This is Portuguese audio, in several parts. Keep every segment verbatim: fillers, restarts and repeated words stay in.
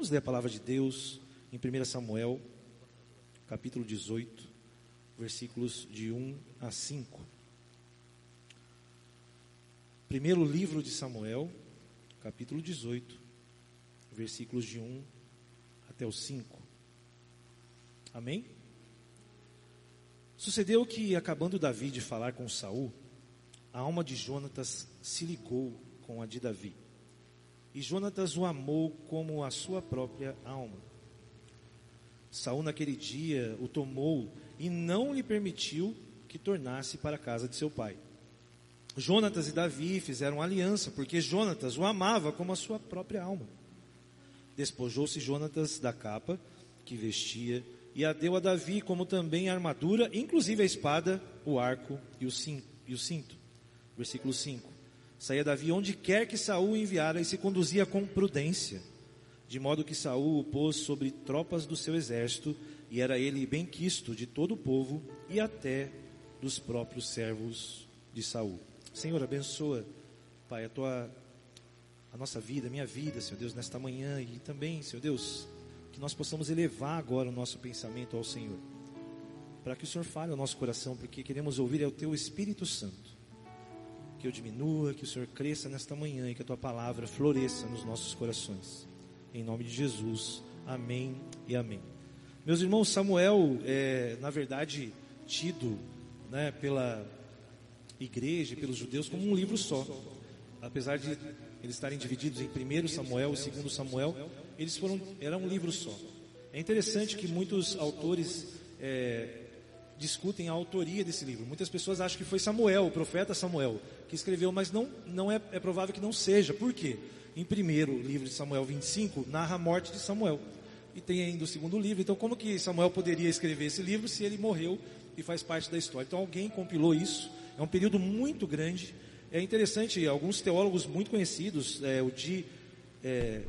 Vamos ler a palavra de Deus em primeiro Samuel, capítulo dezoito, versículos de um a cinco. Primeiro livro de Samuel, capítulo dezoito, versículos de um até o cinco. Amém? Sucedeu que, acabando Davi de falar com Saul, a alma de Jonatas se ligou com a de Davi. E Jonatas o amou como a sua própria alma. Saul naquele dia o tomou e não lhe permitiu que tornasse para a casa de seu pai. Jonatas e Davi fizeram aliança, porque Jonatas o amava como a sua própria alma. Despojou-se Jonatas da capa que vestia e a deu a Davi, como também a armadura, inclusive a espada, o arco e o cinto. Versículo cinco. Saía Davi onde quer que Saul o enviara e se conduzia com prudência, de modo que Saul o pôs sobre tropas do seu exército, e era ele benquisto de todo o povo e até dos próprios servos de Saul. Senhor, abençoa, Pai, a tua, a nossa vida, a minha vida, Senhor Deus, nesta manhã, e também, Senhor Deus, que nós possamos elevar agora o nosso pensamento ao Senhor, para que o Senhor fale ao nosso coração, porque queremos ouvir é o teu Espírito Santo. Que eu diminua, que o Senhor cresça nesta manhã e que a tua palavra floresça nos nossos corações. Em nome de Jesus, amém e amém. Meus irmãos, Samuel é, na verdade, tido, né, pela igreja e pelos judeus como um livro só. Apesar de eles estarem divididos em primeiro Samuel e segundo Samuel, eles foram, era um livro só. É interessante que muitos autores é, discutem a autoria desse livro. Muitas pessoas acham que foi Samuel, o profeta Samuel, que escreveu, mas não, não é, é provável que não seja. Por quê? Em primeiro livro de Samuel vinte e cinco, narra a morte de Samuel. E tem ainda o segundo livro. Então, como que Samuel poderia escrever esse livro se ele morreu e faz parte da história? Então, alguém compilou isso. É um período muito grande. É interessante, alguns teólogos muito conhecidos, é, o G. É,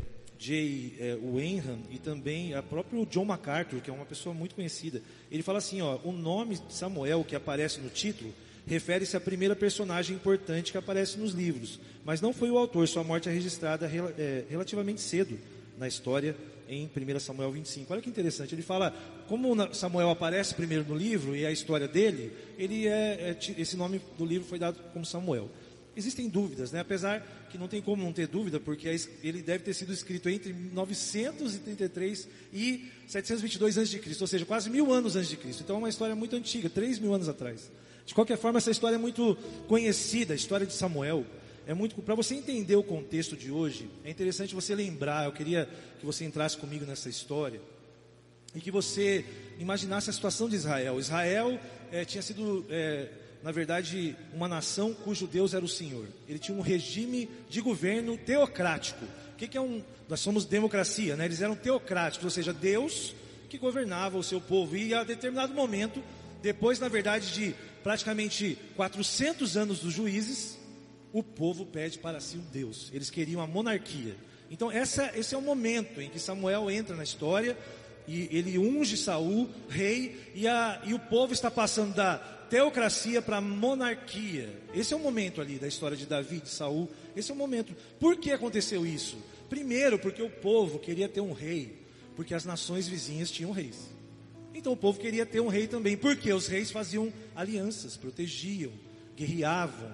J. É, Wenham e também a próprio John MacArthur, que é uma pessoa muito conhecida, ele fala assim, ó, o nome de Samuel que aparece no título refere-se à primeira personagem importante que aparece nos livros, mas não foi o autor. Sua morte é registrada rel, é, relativamente cedo na história, em primeiro Samuel vinte e cinco. Olha que interessante, ele fala, como Samuel aparece primeiro no livro e é a história dele, ele é, é, esse nome do livro foi dado como Samuel. Existem dúvidas, né? Apesar que não tem como não ter dúvida, porque ele deve ter sido escrito entre novecentos e trinta e três e setecentos e vinte e dois antes de Cristo, ou seja, quase mil anos antes de Cristo. Então é uma história muito antiga, três mil anos atrás. De qualquer forma, essa história é muito conhecida, a história de Samuel. É muito, para você entender o contexto de hoje, é interessante você lembrar, eu queria que você entrasse comigo nessa história, e que você imaginasse a situação de Israel. Israel é, tinha sido... É, na verdade, uma nação cujo Deus era o Senhor. Ele tinha um regime de governo teocrático. O que, que é um... Nós somos democracia, né? Eles eram teocráticos, ou seja, Deus que governava o seu povo. E a determinado momento, depois, na verdade, de praticamente quatrocentos anos dos juízes, o povo pede para si um Deus. Eles queriam a monarquia. Então, essa, esse é o momento em que Samuel entra na história e ele unge Saul, rei, e, a, e o povo está passando da teocracia para a monarquia. Esse é o momento ali da história de Davi, de Saul. Esse é o momento. Por que aconteceu isso? Primeiro, porque o povo queria ter um rei, porque as nações vizinhas tinham reis. Então o povo queria ter um rei também, porque os reis faziam alianças, protegiam, guerreavam.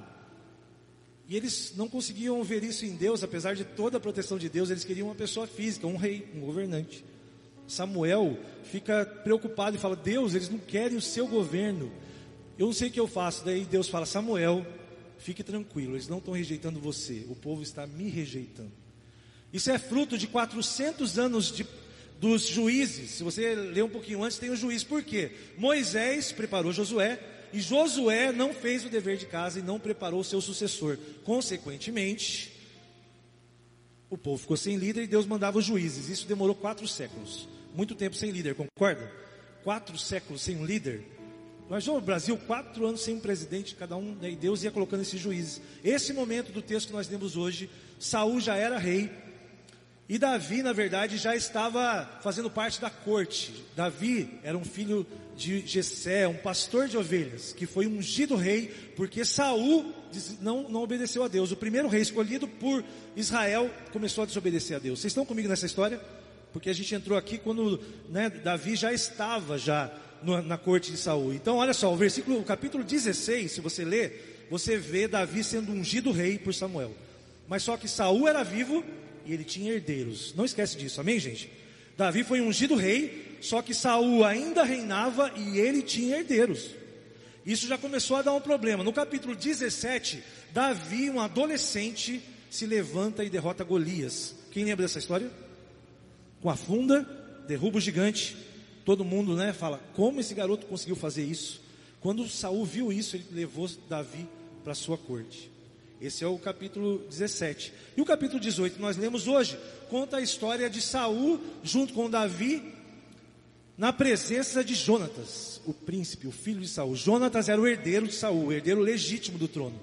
E eles não conseguiam ver isso em Deus, apesar de toda a proteção de Deus. Eles queriam uma pessoa física, um rei, um governante. Samuel fica preocupado e fala, Deus, eles não querem o seu governo. Eu não sei o que eu faço. Daí Deus fala, Samuel, fique tranquilo, eles não estão rejeitando você, o povo está me rejeitando. Isso é fruto de quatrocentos anos de, dos juízes. Se você ler um pouquinho antes, tem o juiz. Por quê? Moisés preparou Josué, e Josué não fez o dever de casa e não preparou o seu sucessor. Consequentemente, o povo ficou sem líder e Deus mandava os juízes. Isso demorou quatro séculos. Muito tempo sem líder, concorda? Quatro séculos sem um líder. Imagina o Brasil, quatro anos sem um presidente, cada um, né, e Deus ia colocando esses juízes. Esse momento do texto que nós lemos hoje, Saul já era rei, e Davi, na verdade, já estava fazendo parte da corte. Davi era um filho de Jessé, um pastor de ovelhas, que foi ungido rei, porque Saul não, não obedeceu a Deus. O primeiro rei escolhido por Israel começou a desobedecer a Deus. Vocês estão comigo nessa história? porque a gente entrou aqui quando, né, Davi já estava já no, na corte de Saul. Então olha só, o versículo, o capítulo dezesseis, se você ler, você vê Davi sendo ungido rei por Samuel. Mas só que Saul era vivo e ele tinha herdeiros. Não esquece disso, amém, gente? Davi foi ungido rei, só que Saul ainda reinava e ele tinha herdeiros. Isso já começou a dar um problema. No capítulo dezessete, Davi, um adolescente, se levanta e derrota Golias. Quem lembra dessa história? Com a funda, derruba o gigante. Todo mundo, né, fala, como esse garoto conseguiu fazer isso? Quando Saul viu isso, ele levou Davi para sua corte. Esse é o capítulo dezessete. E o capítulo dezoito, que nós lemos hoje, conta a história de Saul junto com Davi na presença de Jonatas, o príncipe, o filho de Saul. Jonatas era o herdeiro de Saul, o herdeiro legítimo do trono.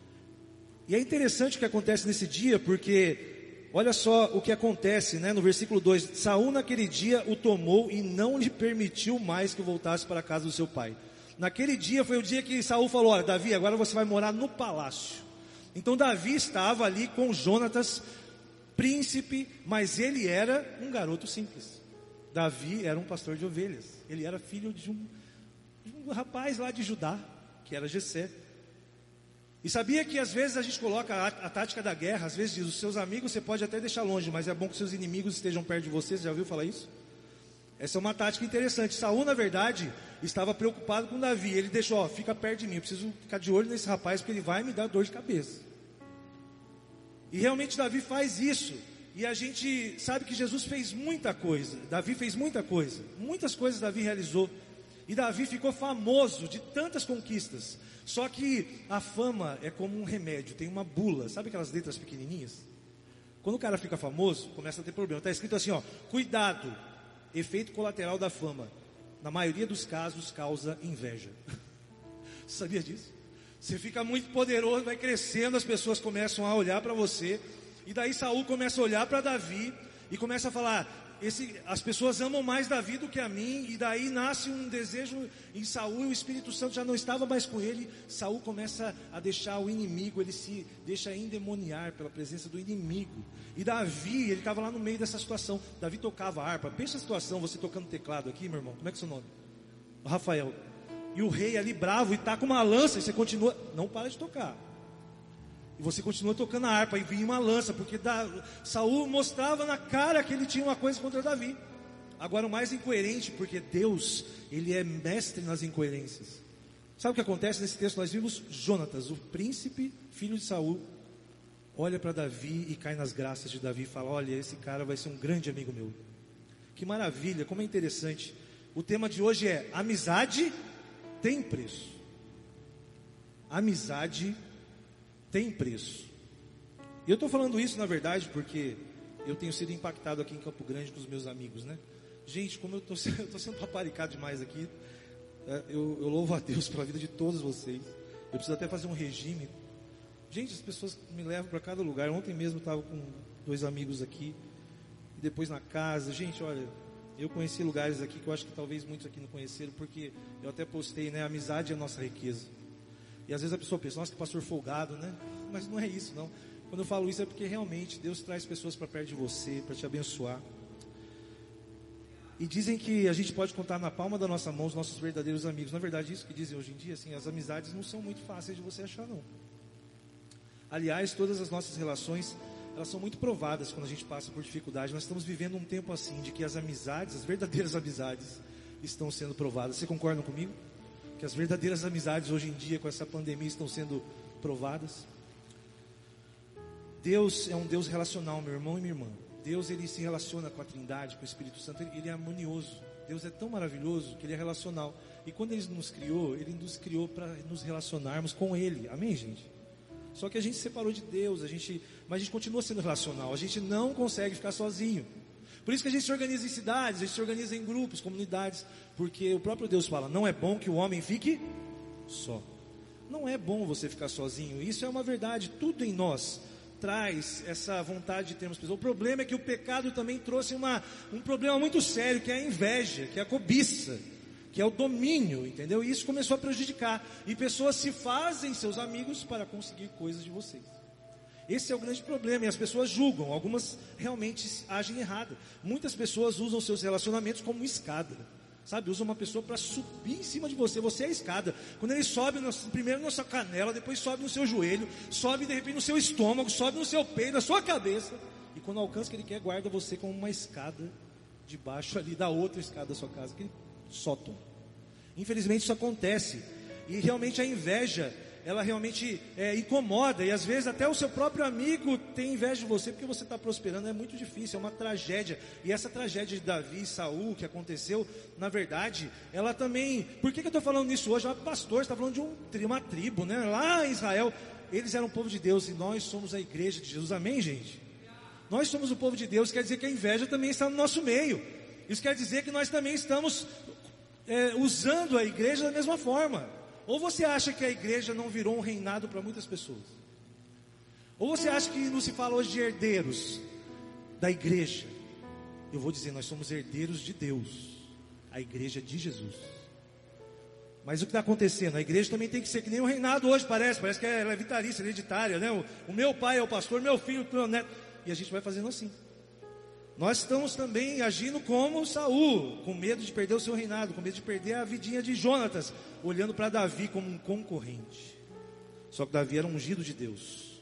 E é interessante o que acontece nesse dia, porque olha só o que acontece, né, no versículo dois. Saul naquele dia o tomou e não lhe permitiu mais que voltasse para a casa do seu pai. Naquele dia foi o dia que Saul falou, olha, Davi, agora você vai morar no palácio. Então Davi estava ali com Jonatas, príncipe, mas ele era um garoto simples. Davi era um pastor de ovelhas. Ele era filho de um, de um rapaz lá de Judá, que era Jessé. E sabia que às vezes a gente coloca a, a tática da guerra, às vezes diz, os seus amigos você pode até deixar longe, mas é bom que seus inimigos estejam perto de você. Você já ouviu falar isso? Essa é uma tática interessante. Saul, na verdade, estava preocupado com Davi. Ele deixou, ó, fica perto de mim, eu preciso ficar de olho nesse rapaz, porque ele vai me dar dor de cabeça. E realmente Davi faz isso. E a gente sabe que Jesus fez muita coisa. Davi fez muita coisa. Muitas coisas Davi realizou. E Davi ficou famoso de tantas conquistas. Só que a fama é como um remédio, tem uma bula. Sabe aquelas letras pequenininhas? Quando o cara fica famoso, começa a ter problema. Está escrito assim, ó, cuidado, efeito colateral da fama. Na maioria dos casos causa inveja. Você sabia disso? Você fica muito poderoso, vai crescendo, as pessoas começam a olhar para você. E daí Saul começa a olhar para Davi e começa a falar, esse, as pessoas amam mais Davi do que a mim. E daí nasce um desejo em Saul, e o Espírito Santo já não estava mais com ele. Saul começa a deixar o inimigo, ele se deixa endemoniar pela presença do inimigo. E Davi, ele estava lá no meio dessa situação. Davi tocava harpa. Pensa a situação, você tocando teclado aqui, meu irmão. Como é que é o seu nome? Rafael. E o rei ali bravo, e está com uma lança, e você continua, não para de tocar. E você continua tocando a harpa, e vinha uma lança, porque da, Saul mostrava na cara que ele tinha uma coisa contra Davi. Agora o mais incoerente, porque Deus, ele é mestre nas incoerências. Sabe o que acontece nesse texto? Nós vimos Jonatas, o príncipe, filho de Saul, olha para Davi e cai nas graças de Davi e fala, olha, esse cara vai ser um grande amigo meu. Que maravilha, como é interessante. O tema de hoje é, amizade tem preço. Amizade tem preço. E eu estou falando isso na verdade porque eu tenho sido impactado aqui em Campo Grande com os meus amigos, né? Gente, como eu estou sendo, sendo paparicado demais aqui, eu, eu louvo a Deus pela vida de todos vocês. Eu preciso até fazer um regime. Gente, as pessoas me levam para cada lugar. Ontem mesmo eu estava com dois amigos aqui, e depois na casa. Gente, olha, eu conheci lugares aqui que eu acho que talvez muitos aqui não conheceram, porque eu até postei, né? A amizade é a nossa riqueza. E às vezes a pessoa pensa, nossa, que pastor folgado, né? Mas não é isso, não. Quando eu falo isso é porque realmente Deus traz pessoas para perto de você, para te abençoar. E dizem que a gente pode contar na palma da nossa mão os nossos verdadeiros amigos. Na verdade, isso que dizem hoje em dia, assim, as amizades não são muito fáceis de você achar, não. Aliás, todas as nossas relações, elas são muito provadas quando a gente passa por dificuldade. Nós estamos vivendo um tempo assim, de que as amizades, as verdadeiras amizades, estão sendo provadas. Você concorda comigo? Que as verdadeiras amizades hoje em dia, com essa pandemia, estão sendo provadas. Deus é um Deus relacional, meu irmão e minha irmã. Deus, ele se relaciona com a Trindade, com o Espírito Santo, ele, ele é harmonioso. Deus é tão maravilhoso que ele é relacional. E quando ele nos criou, ele nos criou para nos relacionarmos com ele. Amém, gente? Só que a gente se separou de Deus, a gente, mas a gente continua sendo relacional. A gente não consegue ficar sozinho. Por isso que a gente se organiza em cidades, a gente se organiza em grupos, comunidades, porque o próprio Deus fala, não é bom que o homem fique só. Não é bom você ficar sozinho, isso é uma verdade. Tudo em nós traz essa vontade de termos pessoas. O problema é que o pecado também trouxe uma, um problema muito sério, que é a inveja, que é a cobiça, que é o domínio, entendeu? E isso começou a prejudicar, e pessoas se fazem seus amigos para conseguir coisas de vocês. Esse é o grande problema, e as pessoas julgam, algumas realmente agem errado. Muitas pessoas usam seus relacionamentos como escada, sabe? Usam uma pessoa para subir em cima de você, você é a escada. Quando ele sobe no, primeiro na sua canela, depois sobe no seu joelho, sobe de repente no seu estômago, sobe no seu peito, na sua cabeça. E quando alcança o que ele quer, guarda você como uma escada debaixo ali da outra escada da sua casa, aquele sótão. Infelizmente isso acontece, e realmente a inveja, ela realmente é, incomoda, e às vezes até o seu próprio amigo tem inveja de você, porque você está prosperando. É muito difícil, é uma tragédia. E essa tragédia de Davi e Saul, que aconteceu, na verdade, ela também, por que, que eu estou falando nisso hoje? É um pastor, está falando de um, uma tribo, né? Lá em Israel, eles eram o povo de Deus, e nós somos a igreja de Jesus, amém, gente? Nós somos o povo de Deus, quer dizer que a inveja também está no nosso meio. Isso quer dizer que nós também estamos é, usando a igreja da mesma forma. Ou você acha que a igreja não virou um reinado para muitas pessoas? Ou você acha que não se fala hoje de herdeiros da igreja? Eu vou dizer, nós somos herdeiros de Deus, a igreja de Jesus. Mas o que está acontecendo? A igreja também tem que ser que nem um reinado hoje, parece. Parece que ela é vitalícia, hereditária, né? O, o meu pai é o pastor, meu filho, meu neto. E a gente vai fazendo assim. Nós estamos também agindo como Saul, com medo de perder o seu reinado, com medo de perder a vidinha de Jonatas, olhando para Davi como um concorrente. Só que Davi era ungido de Deus.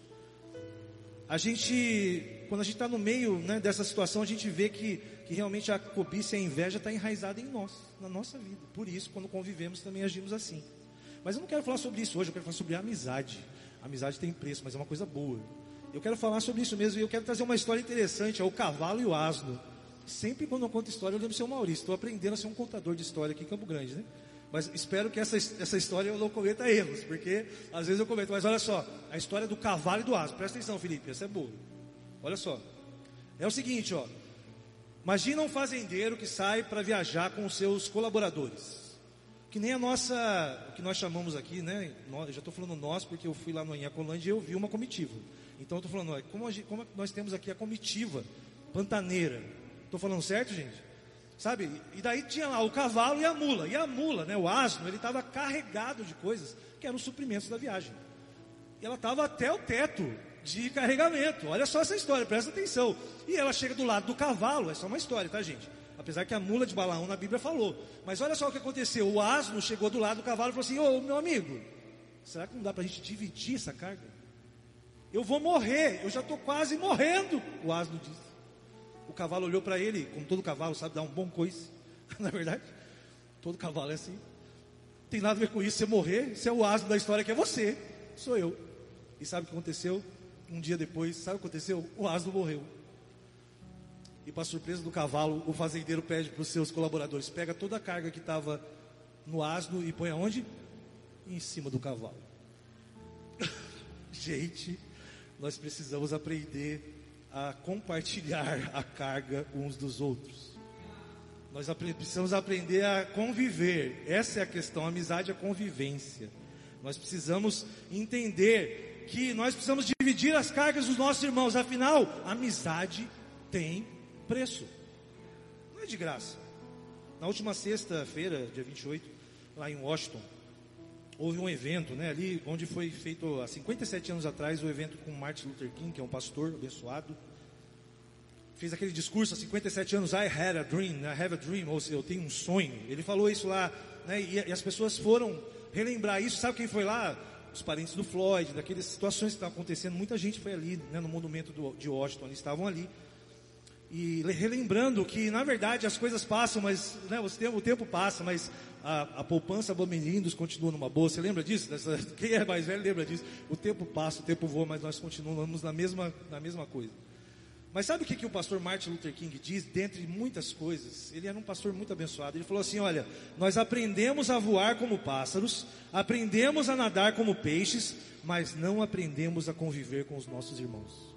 A gente, quando a gente está no meio, né, dessa situação, a gente vê que, que realmente a cobiça e a inveja está enraizada em nós, na nossa vida. Por isso, quando convivemos, também agimos assim. Mas eu não quero falar sobre isso hoje, eu quero falar sobre a amizade. A amizade tem preço, mas é uma coisa boa. Eu quero falar sobre isso mesmo, e eu quero trazer uma história interessante, é o cavalo e o asno. Sempre quando eu conto história, eu lembro do seu Maurício. Estou aprendendo a ser um contador de história aqui em Campo Grande, né? Mas espero que essa, essa história eu não cometa erros, porque às vezes eu cometo. Mas olha só, a história do cavalo e do asno. Presta atenção, Felipe, essa é boa. Olha só, é o seguinte, ó. Imagina um fazendeiro que sai para viajar com os seus colaboradores. Que nem a nossa, o que nós chamamos aqui, né? Eu já estou falando nós, porque eu fui lá no Inhacolândia e eu vi uma comitiva. Então eu estou falando, ó, como, gente, como nós temos aqui a comitiva pantaneira. Estou falando certo, gente? Sabe? E daí tinha lá o cavalo e a mula. E a mula, né, o asno, ele estava carregado de coisas que eram os suprimentos da viagem. E ela estava até o teto de carregamento. Olha só essa história, presta atenção. E ela chega do lado do cavalo, é só uma história, tá, gente? Apesar que a mula de Balaão na Bíblia falou. Mas olha só o que aconteceu. O asno chegou do lado do cavalo e falou assim: ô, meu amigo, será que não dá para a gente dividir essa carga? Eu vou morrer, eu já estou quase morrendo. O asno disse. O cavalo olhou para ele, como todo cavalo sabe dar um bom coice. Na verdade, todo cavalo é assim. Não tem nada a ver com isso, você morrer. Você é o asno da história, que é você, sou eu. E sabe o que aconteceu? Um dia depois, sabe o que aconteceu? O asno morreu. E para surpresa do cavalo, o fazendeiro pede para os seus colaboradores: pega toda a carga que estava no asno e põe aonde? Em cima do cavalo. Gente, nós precisamos aprender a compartilhar a carga uns dos outros. Nós apre- precisamos aprender a conviver. Essa é a questão, a amizade é a convivência. Nós precisamos entender que nós precisamos dividir as cargas dos nossos irmãos. Afinal, a amizade tem preço. Não é de graça. Na última sexta-feira, dia vinte e oito, lá em Washington, houve um evento, né, ali onde foi feito há cinquenta e sete anos atrás o evento com Martin Luther King, que é um pastor abençoado. Fez aquele discurso há cinquenta e sete anos: I had a dream, I have a dream, ou seja, eu tenho um sonho. Ele falou isso lá, né, e, e as pessoas foram relembrar isso. Sabe quem foi lá? Os parentes do Floyd, daquelas situações que estavam acontecendo. Muita gente foi ali, né, no monumento do, de Washington, eles estavam ali. E relembrando que, na verdade, as coisas passam, mas, né, o, tempo, o tempo passa, mas a, a poupança Bamerindos continua numa boa. Você lembra disso? Dessa, quem é mais velho lembra disso. O tempo passa, o tempo voa, mas nós continuamos na mesma, na mesma coisa. Mas sabe o que, que o pastor Martin Luther King diz? Dentre muitas coisas, ele era um pastor muito abençoado. Ele falou assim: olha, nós aprendemos a voar como pássaros, aprendemos a nadar como peixes, mas não aprendemos a conviver com os nossos irmãos.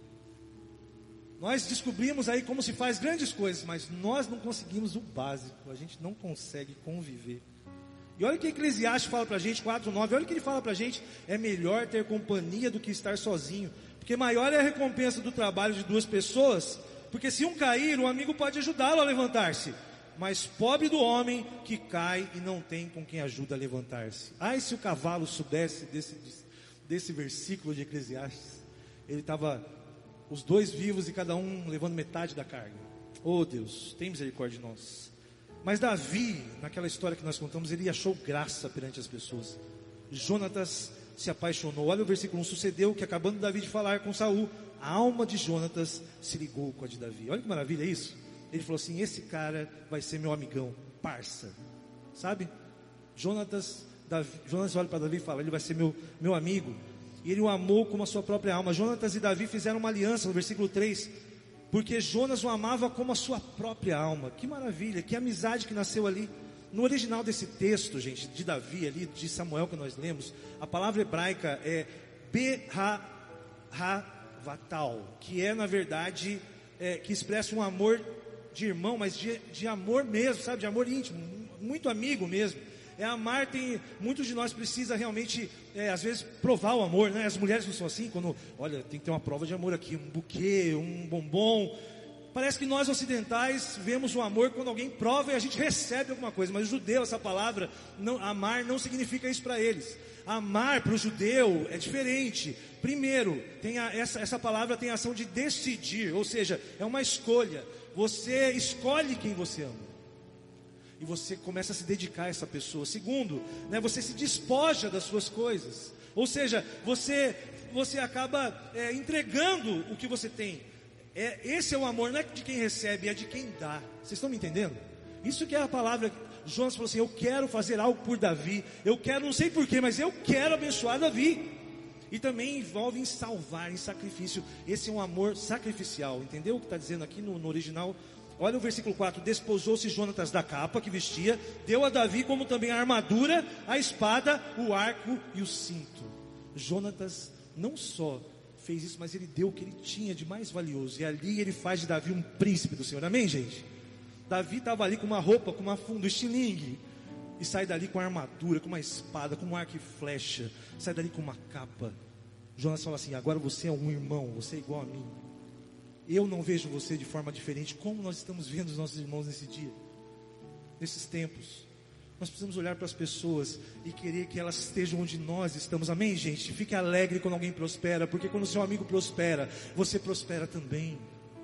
Nós descobrimos aí como se faz grandes coisas, mas nós não conseguimos o básico. A gente não consegue conviver. E olha o que Eclesiastes fala para a gente, quatro, nove. Olha o que ele fala para a gente: é melhor ter companhia do que estar sozinho, porque maior é a recompensa do trabalho de duas pessoas. Porque se um cair, um amigo pode ajudá-lo a levantar-se. Mas pobre do homem que cai e não tem com quem ajuda a levantar-se. Ai, se o cavalo soubesse desse, desse versículo de Eclesiastes. ele estava os dois vivos e cada um levando metade da carga. Oh Deus, tem misericórdia de nós. Mas Davi, naquela história que nós contamos, ele achou graça perante as pessoas. Jonatas se apaixonou. Olha o versículo um: sucedeu que, acabando Davi de falar com Saul, a alma de Jonatas se ligou com a de Davi. Olha que maravilha isso. Ele falou assim: esse cara vai ser meu amigão, parça. Sabe? Jonatas, Davi, Jonatas olha para Davi e fala: ele vai ser meu, meu amigo. E ele o amou como a sua própria alma. Jonatas e Davi fizeram uma aliança, no versículo três, porque Jonas o amava como a sua própria alma. Que maravilha, que amizade que nasceu ali. No original desse texto, gente, de Davi ali, de Samuel que nós lemos, a palavra hebraica é Be-ha-ha-vatal, que é na verdade, é, que expressa um amor de irmão, mas de, de amor mesmo, sabe, de amor íntimo, muito amigo mesmo. É amar, tem, muitos de nós precisa realmente, é, às vezes, provar o amor, né? As mulheres não são assim, quando, olha, tem que ter uma prova de amor aqui, um buquê, um bombom. Parece que nós ocidentais vemos o amor quando alguém prova e a gente recebe alguma coisa. Mas o judeu, essa palavra, não, amar não significa isso para eles. Amar para o judeu é diferente. Primeiro, tem a, essa, essa palavra tem a ação de decidir, ou seja, é uma escolha. Você escolhe quem você ama. E você começa a se dedicar a essa pessoa. Segundo, né, você se despoja das suas coisas. Ou seja, você, você acaba é, entregando o que você tem. É, esse é o amor, não é de quem recebe, é de quem dá. Vocês estão me entendendo? Isso que é a palavra. Jonas falou assim: eu quero fazer algo por Davi. Eu quero, não sei porquê, mas eu quero abençoar Davi. E também envolve em salvar, em sacrifício. Esse é um amor sacrificial. Entendeu o que está dizendo aqui no, no original? Olha o versículo quatro: despojou-se Jonatas da capa que vestia, deu a Davi como também a armadura, a espada, o arco e o cinto. Jonatas não só fez isso, mas ele deu o que ele tinha de mais valioso. E ali ele faz de Davi um príncipe do Senhor. Amém, gente? Davi estava ali com uma roupa, com uma funda, um estilingue, e sai dali com a armadura, com uma espada, com um arco e flecha. Sai dali com uma capa. Jonas fala assim: agora você é um irmão, você é igual a mim. Eu não vejo você de forma diferente. Como nós estamos vendo os nossos irmãos nesse dia, nesses tempos. Nós precisamos olhar para as pessoas e querer que elas estejam onde nós estamos. Amém, gente? Fique alegre quando alguém prospera, porque quando o seu amigo prospera, você prospera também.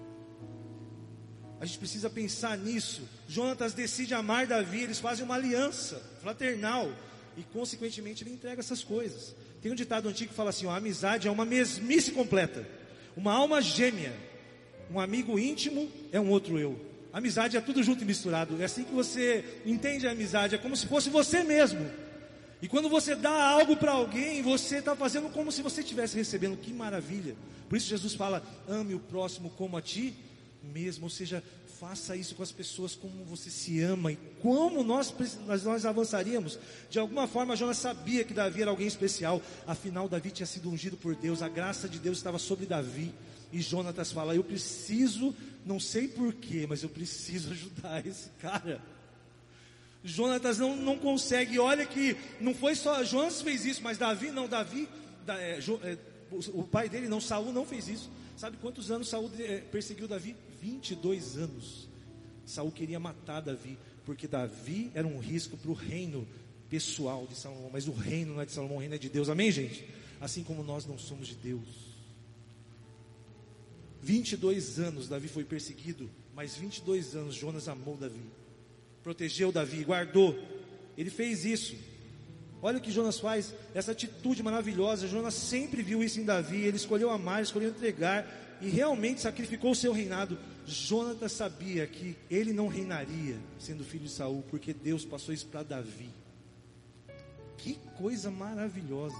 A gente precisa pensar nisso. Jonatas decide amar Davi, eles fazem uma aliança fraternal e consequentemente ele entrega essas coisas. Tem um ditado antigo que fala assim: ó, a amizade é uma mesmice completa, uma alma gêmea. Um amigo íntimo é um outro eu. Amizade é tudo junto e misturado. É assim que você entende a amizade. É como se fosse você mesmo. E quando você dá algo para alguém, você está fazendo como se você estivesse recebendo. Que maravilha. Por isso Jesus fala: ame o próximo como a ti mesmo. Ou seja, faça isso com as pessoas como você se ama. E como nós, nós avançaríamos. De alguma forma Jonas sabia que Davi era alguém especial. Afinal Davi tinha sido ungido por Deus. A graça de Deus estava sobre Davi. E Jonatas fala: eu preciso, não sei porquê, mas eu preciso ajudar esse cara. Jonatas não, não consegue. Olha que não foi só Jonas fez isso, mas Davi não, Davi da, é, jo, é, o, o pai dele não, Saul não fez isso. Sabe quantos anos Saul é, perseguiu Davi? vinte e dois anos. Saul queria matar Davi, porque Davi era um risco para o reino pessoal de Salomão. Mas o reino não é de Salomão, o reino é de Deus. Amém, gente? Assim como nós não somos de Deus. vinte e dois anos Davi foi perseguido, mas vinte e dois anos Jonas amou Davi, protegeu Davi, guardou. Ele fez isso. Olha o que Jonas faz, essa atitude maravilhosa. Jonas sempre viu isso em Davi. Ele escolheu amar, escolheu entregar e realmente sacrificou o seu reinado. Jonatas sabia que ele não reinaria sendo filho de Saul, porque Deus passou isso para Davi. Que coisa maravilhosa.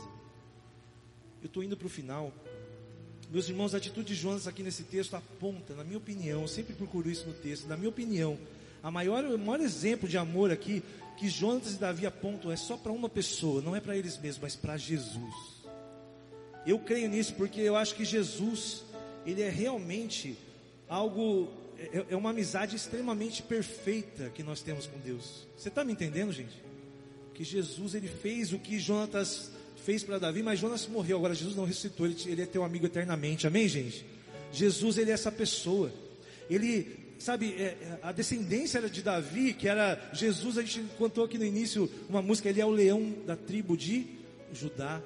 Eu estou indo para o final. Meus irmãos, a atitude de Jonas aqui nesse texto aponta, na minha opinião, eu sempre procuro isso no texto, na minha opinião, a maior, o maior exemplo de amor aqui, que Jonas e Davi apontam, é só para uma pessoa, não é para eles mesmos, mas para Jesus. Eu creio nisso porque eu acho que Jesus, ele é realmente algo, é, é uma amizade extremamente perfeita que nós temos com Deus. Você está me entendendo, gente? Que Jesus, ele fez o que Jonatas fez para Davi, mas Jonas morreu. Agora Jesus não ressuscitou, ele, ele é teu amigo eternamente. Amém, gente? Jesus, ele é essa pessoa. Ele, sabe, é, a descendência era de Davi, que era Jesus. A gente contou aqui no início uma música: ele é o leão da tribo de Judá.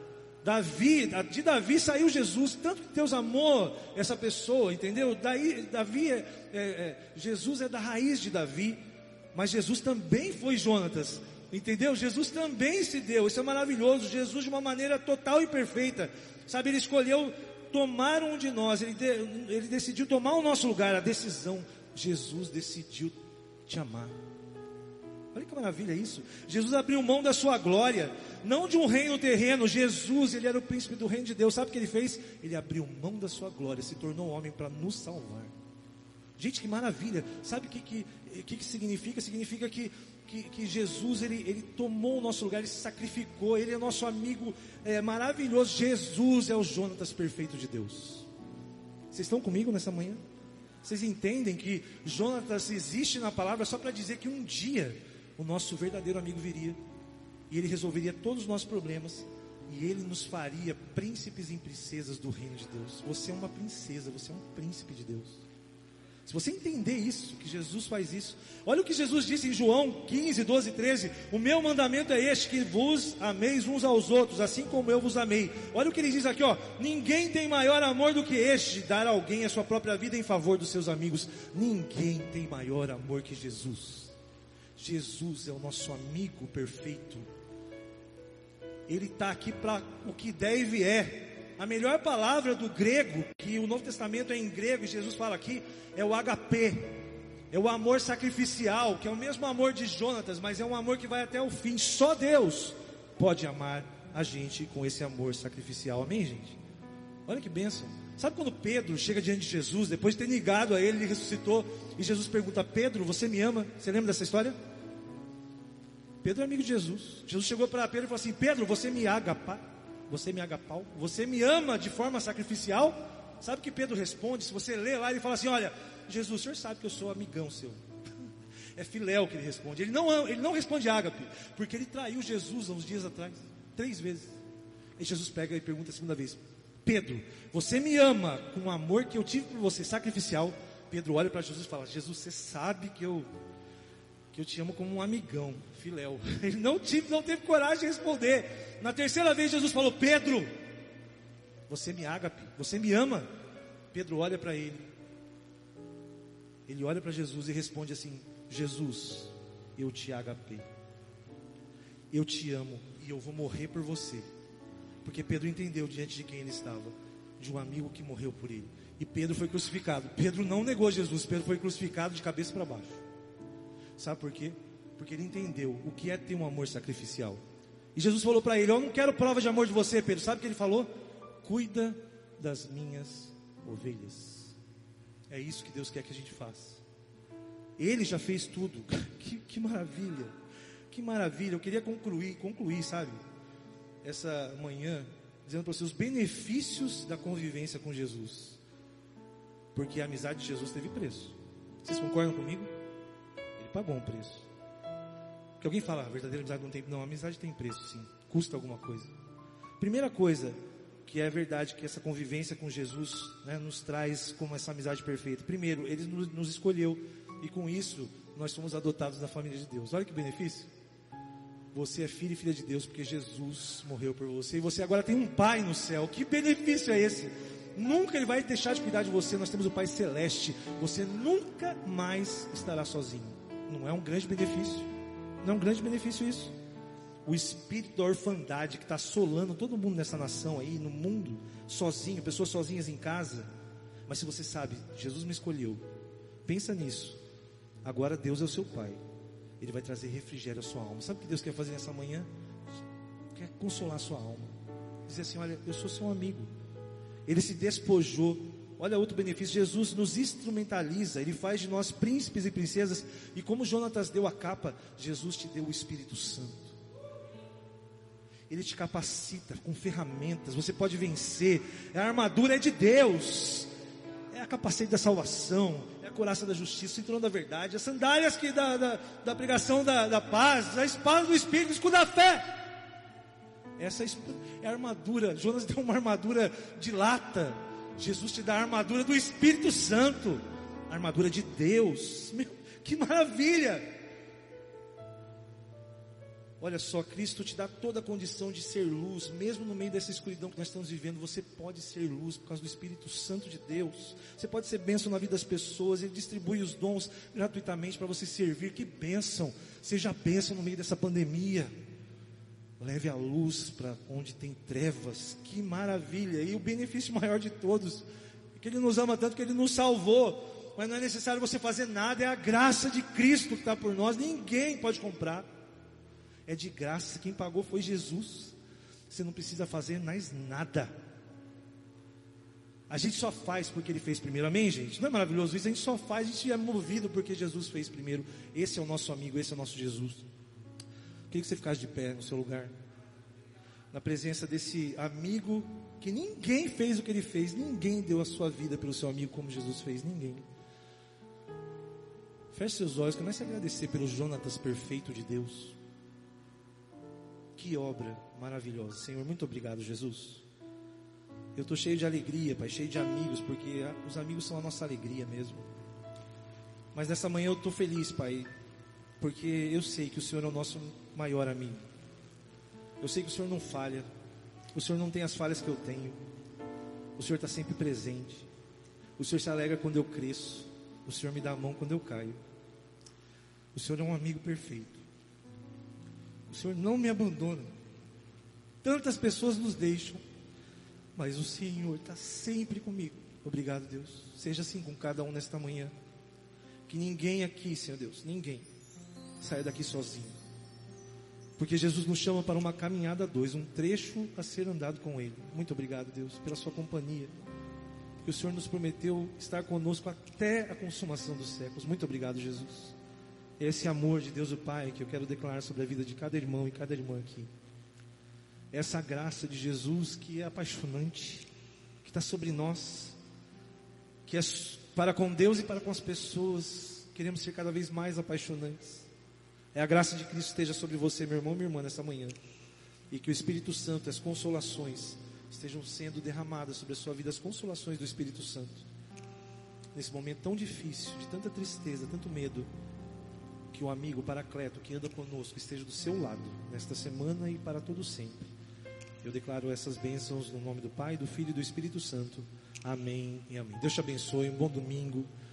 Davi, de Davi saiu Jesus, tanto que Deus amou essa pessoa, entendeu? Daí, Davi, é, é, é, Jesus é da raiz de Davi, mas Jesus também foi Jonatas, entendeu? Jesus também se deu, isso é maravilhoso. Jesus de uma maneira total e perfeita, sabe, ele escolheu tomar um de nós, ele, de, ele decidiu tomar o nosso lugar, a decisão. Jesus decidiu te amar. Olha que maravilha isso. Jesus abriu mão da sua glória, não de um reino terreno. Jesus, ele era o príncipe do reino de Deus. Sabe o que ele fez? Ele abriu mão da sua glória, se tornou homem para nos salvar. Gente, que maravilha. Sabe o que, que, que, que significa? Significa que, que, que Jesus, ele, ele tomou o nosso lugar, ele se sacrificou, ele é nosso amigo é, maravilhoso. Jesus é o Jonatas perfeito de Deus. Vocês estão comigo nessa manhã? Vocês entendem que Jonatas existe na palavra só para dizer que um dia o nosso verdadeiro amigo viria, e ele resolveria todos os nossos problemas, e ele nos faria príncipes e princesas do reino de Deus. Você é uma princesa, você é um príncipe de Deus. Se você entender isso, que Jesus faz isso, olha o que Jesus disse em João quinze, doze, treze, o meu mandamento é este, que vos ameis uns aos outros, assim como eu vos amei. Olha o que ele diz aqui, ó, ninguém tem maior amor do que este, de dar a alguém a sua própria vida em favor dos seus amigos. Ninguém tem maior amor que Jesus. Jesus é o nosso amigo perfeito. Ele está aqui para o que der e vier. A melhor palavra do grego, que o Novo Testamento é em grego, e Jesus fala aqui, é o agapê. É o amor sacrificial, que é o mesmo amor de Jonatas, mas é um amor que vai até o fim. Só Deus pode amar a gente com esse amor sacrificial. Amém, gente? Olha que bênção. Sabe quando Pedro chega diante de Jesus, depois de ter negado a ele, ele ressuscitou, e Jesus pergunta: Pedro, você me ama? Você lembra dessa história? Pedro é amigo de Jesus. Jesus chegou para Pedro e falou assim: Pedro, você me agapa, você me agapau, você me ama de forma sacrificial? Sabe o que Pedro responde? Se você ler lá, ele fala assim: olha, Jesus, o senhor sabe que eu sou amigão seu. É filéu que ele responde. Ele não, ele não responde ágape, porque ele traiu Jesus há uns dias atrás, três vezes. E Jesus pega e pergunta a segunda vez: Pedro, você me ama com o amor que eu tive por você, sacrificial? Pedro olha para Jesus e fala: Jesus, você sabe que eu que eu te amo como um amigão, filéu. Ele não, tive, não teve coragem de responder. Na terceira vez Jesus falou: Pedro, você me ágape, você me ama? Pedro olha para ele, ele olha para Jesus e responde assim: Jesus, eu te agapei, eu te amo e eu vou morrer por você. Porque Pedro entendeu diante de quem ele estava, de um amigo que morreu por ele. E Pedro foi crucificado. Pedro não negou Jesus, Pedro foi crucificado de cabeça para baixo. Sabe por quê? Porque ele entendeu o que é ter um amor sacrificial. E Jesus falou para ele: eu não quero prova de amor de você, Pedro. Sabe o que ele falou? Cuida das minhas ovelhas. É isso que Deus quer que a gente faça. Ele já fez tudo. Que, que maravilha, que maravilha. Eu queria concluir, concluir, sabe, essa manhã, dizendo para vocês os benefícios da convivência com Jesus. Porque a amizade de Jesus teve preço. Vocês concordam comigo? Ele pagou um preço. Porque alguém fala: a verdadeira amizade não tem. Não, a amizade tem preço, sim. Custa alguma coisa. Primeira coisa que é verdade, que essa convivência com Jesus, né, nos traz como essa amizade perfeita. Primeiro, Ele nos, nos escolheu, e com isso nós somos adotados na família de Deus. Olha que benefício. Você é filho e filha de Deus porque Jesus morreu por você, e você agora tem um pai no céu. Que benefício é esse? Nunca Ele vai deixar de cuidar de você. Nós temos o Pai Celeste. Você nunca mais estará sozinho. Não é um grande benefício? Não é um grande benefício isso? O espírito da orfandade que está assolando todo mundo nessa nação aí, no mundo, sozinho, pessoas sozinhas em casa. Mas se você sabe, Jesus me escolheu, pensa nisso. Agora Deus é o seu Pai. Ele vai trazer refrigério à sua alma. Sabe o que Deus quer fazer nessa manhã? Quer consolar a sua alma. Dizer assim: olha, eu sou seu amigo. Ele se despojou. Olha outro benefício: Jesus nos instrumentaliza. Ele faz de nós príncipes e princesas. E como Jonatas deu a capa, Jesus te deu o Espírito Santo. Ele te capacita com ferramentas. Você pode vencer. A armadura é de Deus. É a capacete da salvação, é a couraça da justiça, o cinturão da verdade, as sandálias que da, da, da pregação da, da paz, a espada do Espírito, o escudo da fé. Essa é a armadura. Jonas deu uma armadura de lata. Jesus te dá a armadura do Espírito Santo, a armadura de Deus. Meu, que maravilha! Olha só, Cristo te dá toda a condição de ser luz, mesmo no meio dessa escuridão que nós estamos vivendo. Você pode ser luz por causa do Espírito Santo de Deus. Você pode ser bênção na vida das pessoas. Ele distribui os dons gratuitamente para você servir. Que bênção! Seja bênção no meio dessa pandemia. Leve a luz para onde tem trevas. Que maravilha! E o benefício maior de todos é que Ele nos ama tanto que Ele nos salvou. Mas não é necessário você fazer nada. É a graça de Cristo que está por nós. Ninguém pode comprar. É de graça, quem pagou foi Jesus. Você não precisa fazer mais nada. A gente só faz porque Ele fez primeiro, amém, gente? Não é maravilhoso isso? A gente só faz, a gente é movido porque Jesus fez primeiro. Esse é o nosso amigo, esse é o nosso Jesus. Queria que você ficasse de pé no seu lugar, na presença desse amigo que ninguém fez o que Ele fez. Ninguém deu a sua vida pelo seu amigo como Jesus fez, ninguém. Feche seus olhos, comece a agradecer pelo Jonatas perfeito de Deus. Que obra maravilhosa. Senhor, muito obrigado, Jesus. Eu estou cheio de alegria, Pai, cheio de amigos, porque os amigos são a nossa alegria mesmo. Mas nessa manhã eu estou feliz, Pai, porque eu sei que o Senhor é o nosso maior amigo. Eu sei que o Senhor não falha. O Senhor não tem as falhas que eu tenho. O Senhor está sempre presente. O Senhor se alegra quando eu cresço. O Senhor me dá a mão quando eu caio. O Senhor é um amigo perfeito. O Senhor não me abandona. Tantas pessoas nos deixam, mas o Senhor está sempre comigo. Obrigado, Deus. Seja assim com cada um nesta manhã. Que ninguém aqui, Senhor Deus, ninguém saia daqui sozinho. Porque Jesus nos chama para uma caminhada a dois, um trecho a ser andado com Ele. Muito obrigado, Deus, pela sua companhia. Que o Senhor nos prometeu estar conosco até a consumação dos séculos. Muito obrigado, Jesus. Esse amor de Deus o Pai que eu quero declarar sobre a vida de cada irmão e cada irmã aqui. Essa graça de Jesus que é apaixonante, que está sobre nós, que é para com Deus e para com as pessoas. Queremos ser cada vez mais apaixonantes. É a graça de Cristo esteja sobre você, meu irmão e minha irmã, nessa manhã. E que o Espírito Santo, as consolações, estejam sendo derramadas sobre a sua vida, as consolações do Espírito Santo. Nesse momento tão difícil, de tanta tristeza, tanto medo. Que o amigo Paracleto que anda conosco esteja do seu lado, nesta semana e para todo sempre. Eu declaro essas bênçãos no nome do Pai, do Filho e do Espírito Santo. Amém e amém. Deus te abençoe, um bom domingo.